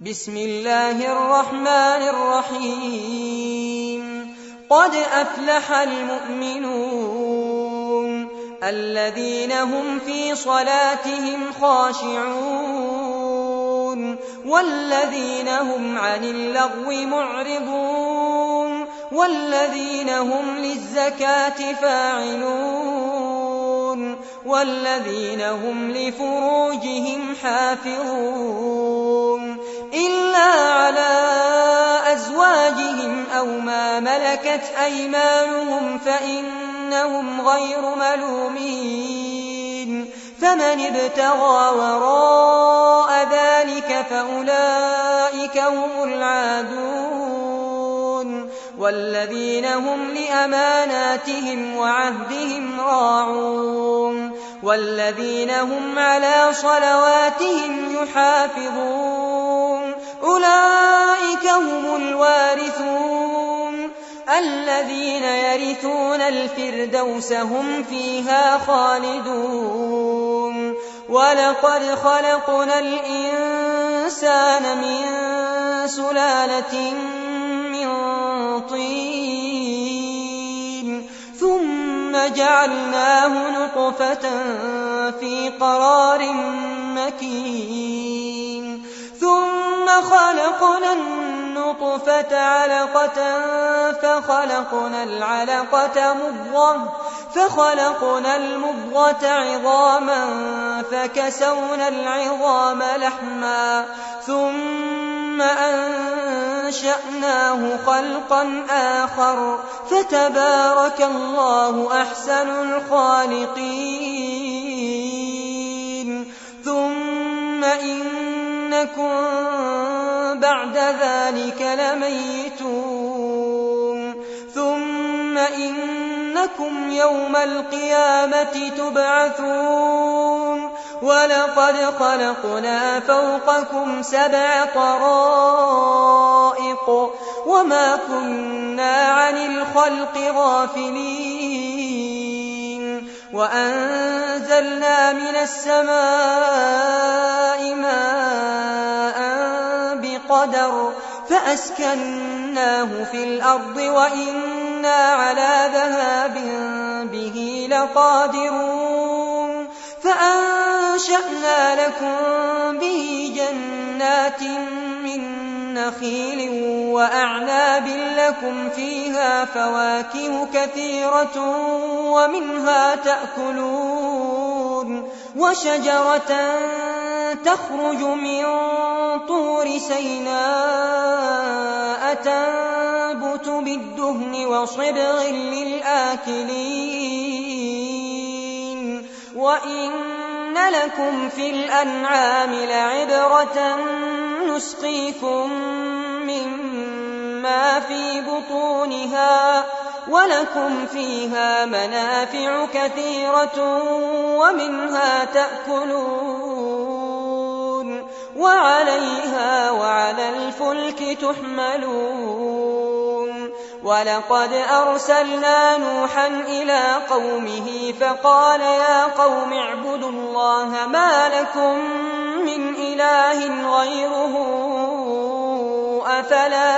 بسم الله الرحمن الرحيم قد أفلح المؤمنون الذين هم في صلاتهم خاشعون والذين هم عن اللغو معرضون والذين هم للزكاة فاعلون والذين هم لفروجهم حافظون إلا على أزواجهم أو ما ملكت أيمانهم فإنهم غير ملومين فمن ابتغى وراء ذلك فأولئك هم العادون والذين هم لأماناتهم وعهدهم راعون والذين هم على صلواتهم يحافظون أولئك هم الوارثون الذين يرثون الفردوس هم فيها خالدون ولقد خلقنا الإنسان من سلالة من طين ثم جعلناه نطفة في قرار مكين ثم خلقنا النطفة علقة فخلقنا العلقة مضغة فخلقنا المضغة عظاما فكسونا العظام لحما ثم أنشأناه خلقا آخر فتبارك الله أحسن الخالقين ثم إنكم بعد ذلك لميتون ثم إنكم يوم القيامة تبعثون ولقد خلقنا فوقكم 7 طرائق وما كنا عن الخلق غافلين وأنزلنا من السماء ماء بقدر فأسكناه في الأرض وإنا على ذهاب به لقادرون فأنشأنا لكم به جنات من نخيل وأعناب لكم فيها فواكه كثيرة ومنها تأكلون وشجرة تخرج من طور سيناء تنبت بالدهن وصبغ للآكلين وإن لكم في الأنعام لعبرة نسقيكم مما في بطونها ولكم فيها منافع كثيرة ومنها تأكلون وعليها وعلى الفلك تحملون ولقد أرسلنا نوحا إلى قومه فقال يا قوم اعبدوا الله ما لكم من إله غيره أفلا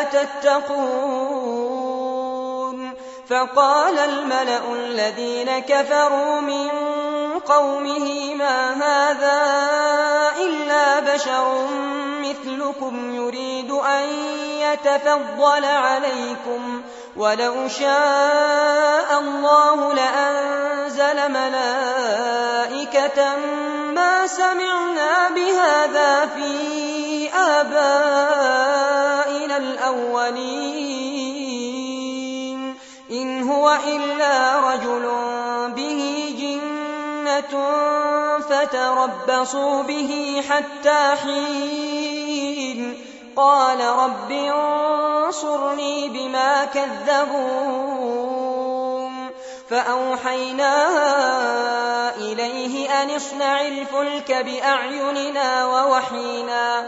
تتقون فقال الملأ الذين كفروا من قومه ما هذا إلا بشر مثلكم يريد أن يتفضل عليكم ولو شاء الله لأنزل ملائكة ما سمعنا بهذا في آبائنا الأولين إن هو إلا رجل به جنة فتربصوا به حتى حين قال رب انصرني بما كذبون فأوحينا إليه أن اصنع الفلك بأعيننا ووحينا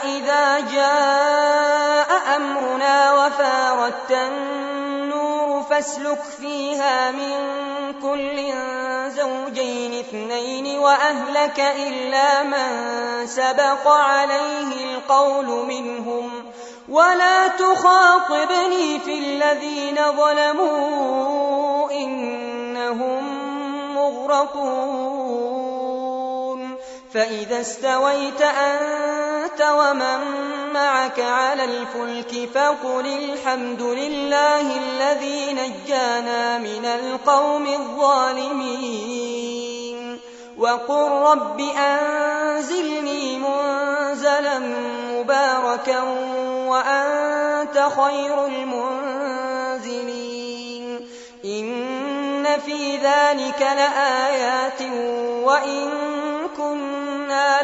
فإذا جاء أمرنا وفارت النور فاسلك فيها من كل زوجين اثنين وأهلك إلا من سبق عليه القول منهم ولا تخاطبني في الذين ظلموا إنهم مغرقون فإذا استويت أنت ومن معك على الفلك فقل الحمد لله الذي نجانا من القوم الظالمين وقل رب أنزلني منزلا مباركا وأنت خير المنزلين إن في ذلك لآيات وإن كنا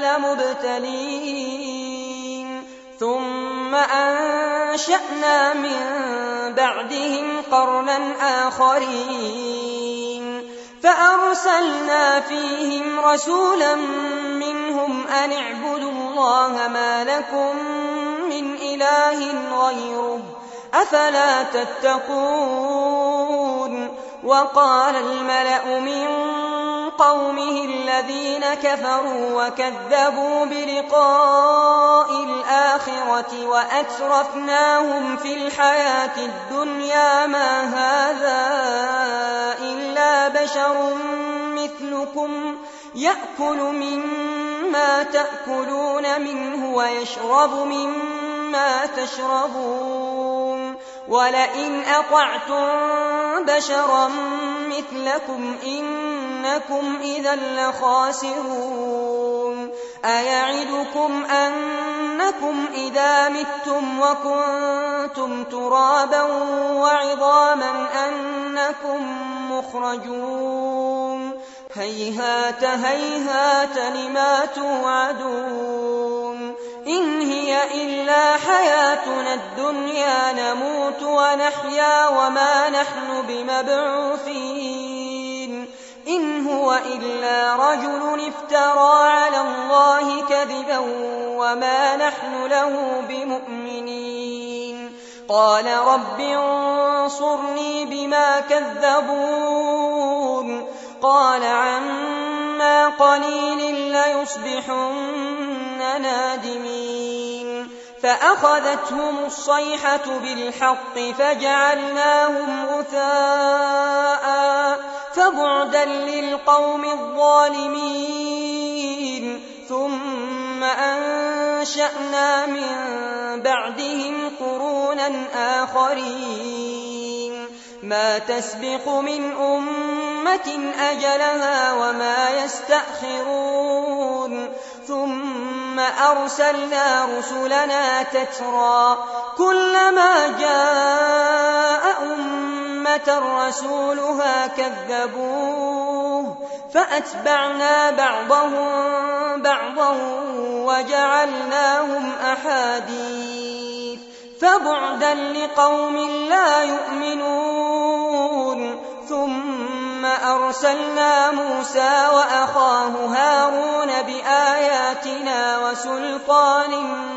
لمبتلين ثم أنشأنا من بعدهم قرنا آخرين فأرسلنا فيهم رسولا منهم أن اعبدوا الله ما لكم من إله غيره أفلا تتقون وقال الملأ من قومه الذين كفروا وكذبوا بلقاء الآخرة وأترفناهم في الحياة الدنيا ما هذا إلا بشر مثلكم يأكل مما تأكلون منه ويشرب مما تشربون ولئن أطعتم بشرا مثلكم إنكم إذا لخاسرون أيعدكم أنكم إذا متم وكنتم ترابا وعظاما أنكم مخرجون هيهات هيهات لما توعدون إن هي إلا حياتنا الدنيا نموت ونحيا وما نحن بمبعوثين إن هو إلا رجل افترى على الله كذبا وما نحن له بمؤمنين قال رب انصرني بما كذبون قال عما قليل ليصبحن نادمين فأخذتهم الصيحة بالحق فجعلناهم غثاء فبعدا للقوم الظالمين ثم أنشأنا من بعدهم قرونا آخرين ما تسبق من أمة أجلها وما يستأخرون ثم أرسلنا رسلنا تترى كلما جاء أمة رسولها كذبوه فأتبعنا بعضهم بعضا وجعلناهم أحاديث فبعدا لقوم لا يؤمنون ثم أرسلنا موسى وأخاه هارون بآياتنا وسلطان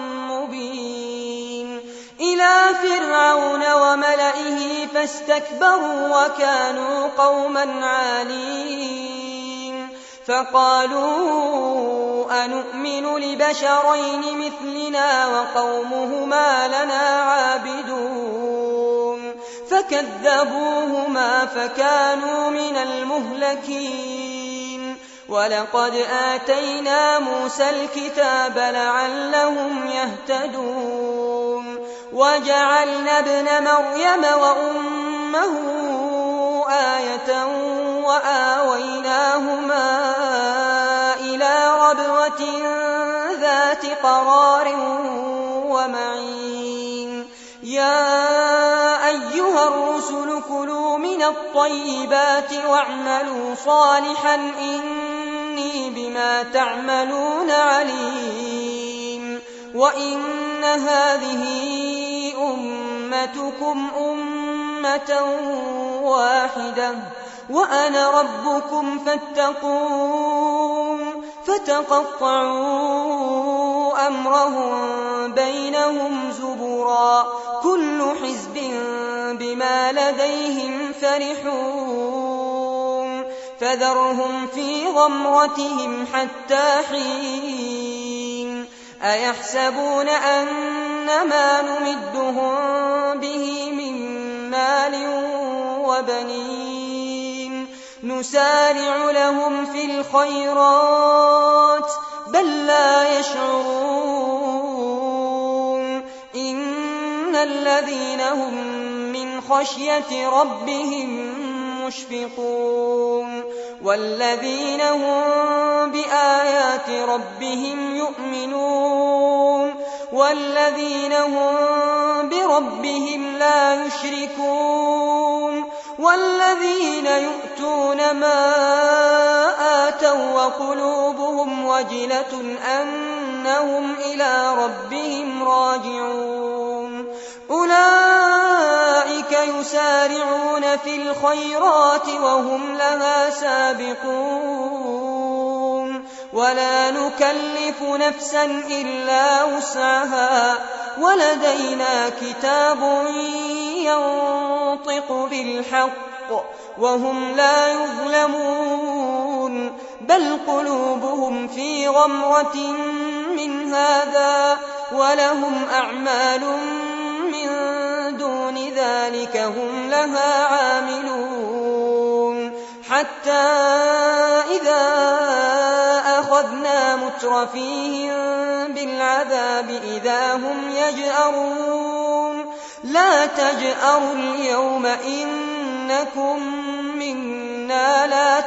مبين إلى فرعون وملئه فاستكبروا وكانوا قوما عالين فقالوا أنؤمن لبشرين مثلنا وقومهما لنا عابدون فكذبوهما فكانوا من المهلكين ولقد آتينا موسى الكتاب لعلهم يهتدون وجعلنا ابن مريم وأمه آية وآويناهما إلى ربوة ذات قرار ومعين يا أيها الرسل كلوا من الطيبات واعملوا صالحا إني بما تعملون عليم وإن هذه أمتكم أمة واحدة وأنا ربكم فاتقون فتقطعوا أمرهم بينهم زبرا كل كل حزب بما لديهم فرحون فذرهم في غمرتهم حتى حين أيحسبون أنما نمدهم به من مال وبنين نسارع لهم في الخيرات بل لا يشعرون إن الذين هم من خشية ربهم مشفقون والذين هم بآيات ربهم يؤمنون والذين هم بربهم لا يشركون والذين يؤتون ما آتوا وقلوبهم وجلة أنهم إلى ربهم راجعون أولئك يسارعون في الخيرات وهم لها سابقون ولا نكلف نفسا إلا وسعها ولدينا كتاب ينطق بالحق وهم لا يظلمون بل قلوبهم في غمرة من هذا ولهم أعمال من دون ذلك هم لها عاملون حتى إذا أخذنا مترفيهم بالعذاب إذا هم يجأرون لا تجأروا اليوم إنكم منا لا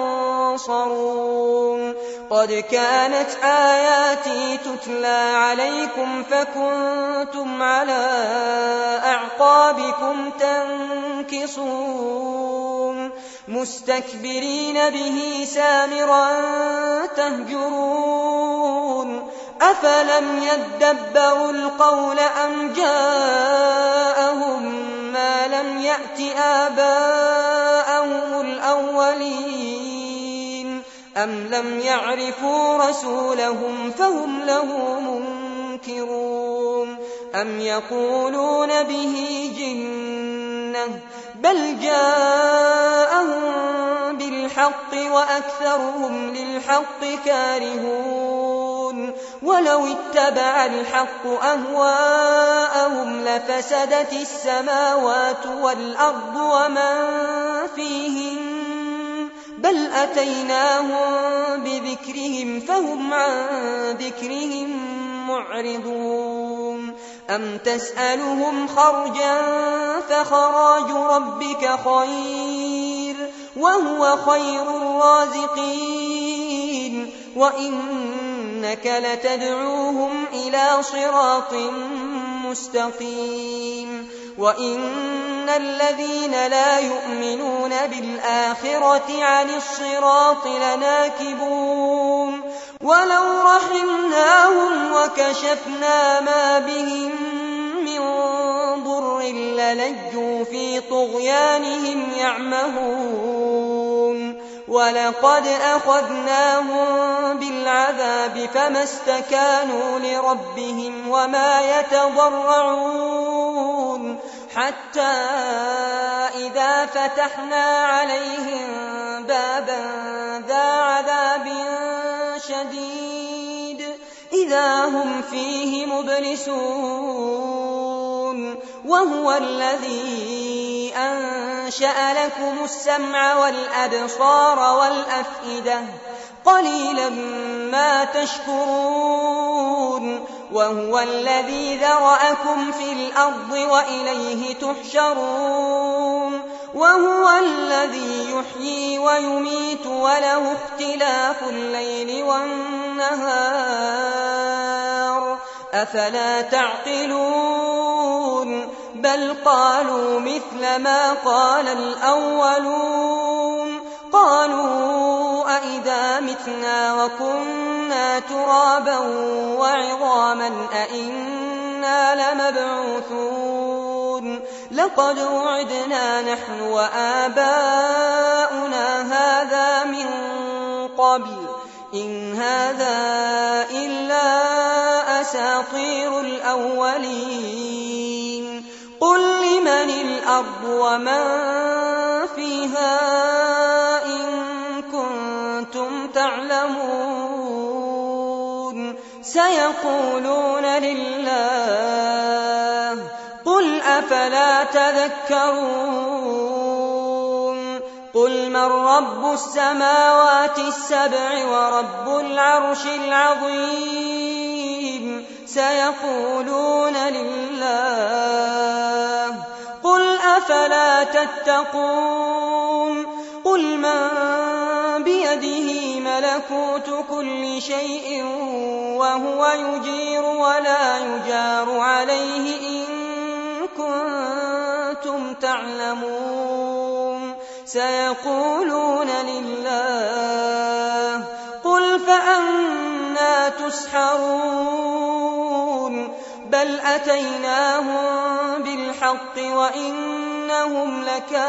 تنصرون قد كانت آياتي تتلى عليكم فكنتم على أعقابكم تنكصون مستكبرين به سامرا تهجرون أفلم يدبروا القول أم جاءهم ما لم يأت آباءهم الأولين أم لم يعرفوا رسولهم فهم له منكرون أم يقولون به جنة بل جاءهم بالحق وأكثرهم للحق كارهون ولو اتبع الحق أهواءهم لفسدت السماوات والأرض ومن فيهن بل أتيناهم بذكرهم فهم عن ذكرهم معرضون أم تسألهم خرجا فخراج ربك خير وهو خير الرازقين وإنك لتدعوهم إلى صراط مستقيم وإن الذين لا يؤمنون بالآخرة عن الصراط لناكبون ولو رحمناهم وكشفنا ما بهم من ضر للجوا في طغيانهم يعمهون ولقد أخذناهم بالعذاب فما استكانوا لربهم وما يتضرعون حتى إذا فتحنا عليهم بابا ذا عذاب شديد إذا هم فيه مبلسون وهو الذي أنشأ لكم السمع والأبصار والأفئدة قليلا ما تشكرون وهو الذي ذرأكم في الأرض وإليه تحشرون وهو الذي يحيي ويميت وله اختلاف الليل والنهار أفلا تعقلون بل قالوا مثل ما قال الأولون قالوا أئذا متنا وكنا ترابا وعظاما أئنا لمبعوثون لقد وعدنا نحن وآباؤنا هذا من قبل إن هذا إلا أساطير الأولين قل لمن الأرض ومن فيها إن كنتم تعلمون سيقولون لله قل أفلا تذكرون قل من رب السماوات السبع ورب العرش العظيم سيقولون لله قل أفلا تتقون قل من بيده ملكوت كل شيء وهو يجير ولا يجار عليه إن كنتم تعلمون سيقولون لله قل فأنى تسحرون بل أتيناهم بالحق وإنهم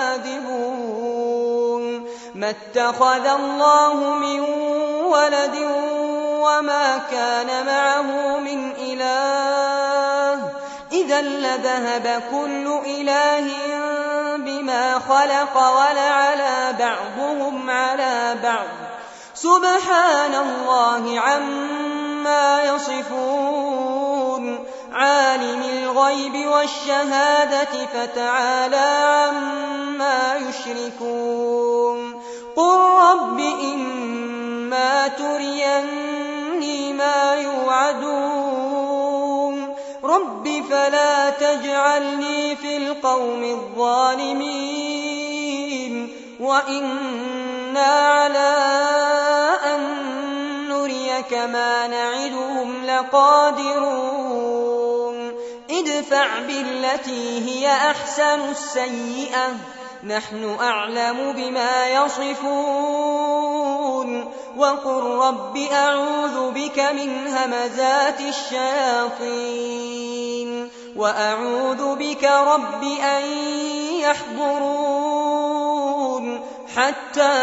لكاذبون ما اتخذ الله من ولد وما كان معه من إله إذا لذهب كل إله بما خلق ولعلى بعضهم على بعض سبحان الله عما يصفون عالم الغيب والشهادة فتعالى عما يشركون قل رب إما تريني ما يوعدون رب فلا تجعلني في القوم الظالمين وإنا على أن نريك ما نعدهم لقادرون ادفع بالتي هي أحسن السيئة نحن أعلم بما يصفون وقل رب أعوذ بك من همزات الشياطين وأعوذ بك رب أن يحضرون حتى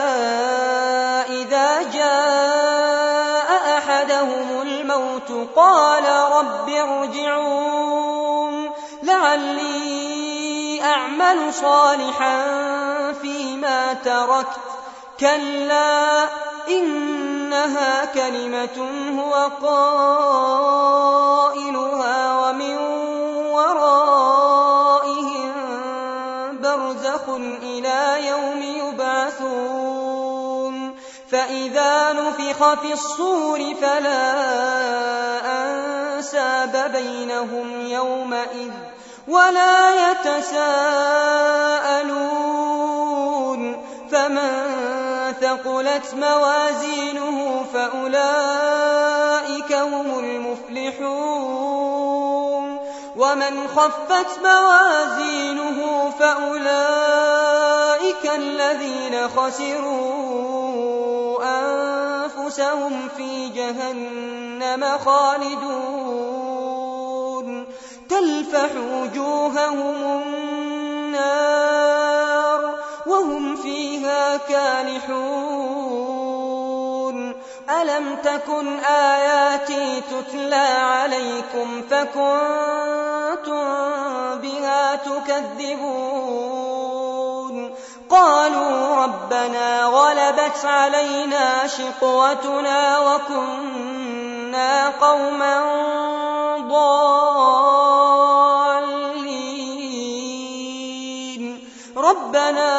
إذا جاء أحدهم الموت قال رب ارجعون لعلي أعمل صالحا فيما تركت كلا إنها كلمة هو قائلها ومن ورائهم برزخ إلى يوم يبعثون فإذا نفخ في الصور فلا أنساب بينهم يومئذ ولا يتساءلون فمن ثقلت موازينه فأولئك هم المفلحون ومن خفت موازينه فأولئك الذين خسروا أنفسهم في جهنم خالدون تلفح وجوههم النار وهم فيها كالحون ألم تكن آياتي تتلى عليكم فكنتم بها تكذبون قالوا ربنا غلبت علينا شقوتنا وكنا قوما ضالين ربنا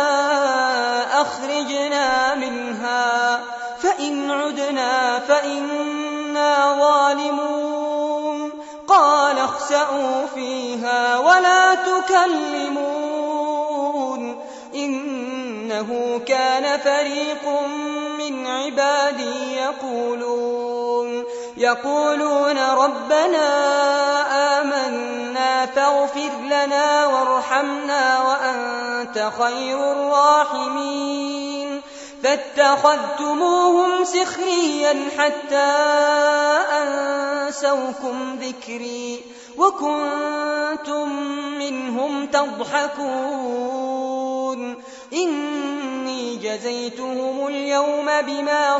أخرجنا منها فإن عدنا فإنا ظالمون قال اخسئوا فيها ولا تكلمون إنه كان فريق من عبادي يقولون ربنا آمنا فاغفر لنا وارحمنا وأنت خير الراحمين فاتخذتموهم سخريا حتى أنسوكم ذكري وكنتم منهم تضحكون إني جزيتهم اليوم بما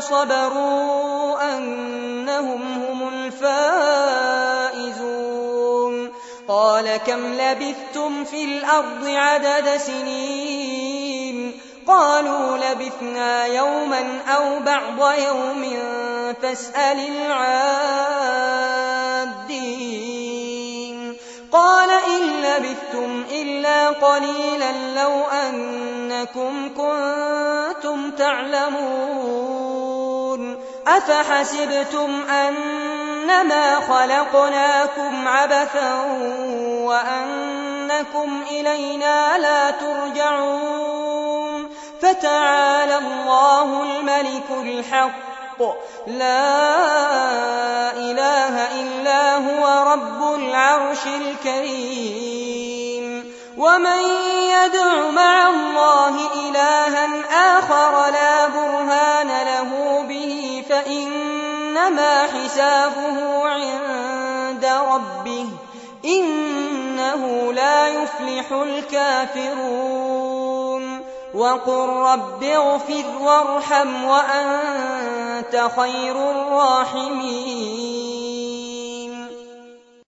صبروا أنهم هم الفائزون قال كم لبثتم في الأرض عدد سنين قالوا لبثنا يوما أو بعض يوم فاسأل العادين قال إن لبثتم إلا قليلا لو أنكم كنتم تعلمون أفحسبتم أنما خلقناكم عبثا وأنكم إلينا لا ترجعون فتعالى الله الملك الحق لا إله إلا هو رب العرش الكريم ومن يدع مع الله إلها آخر لا برهان له به فإنما حسابه عند ربه إنه لا يفلح الكافرون وقل رب اغفر وارحم وأنت خير الراحمين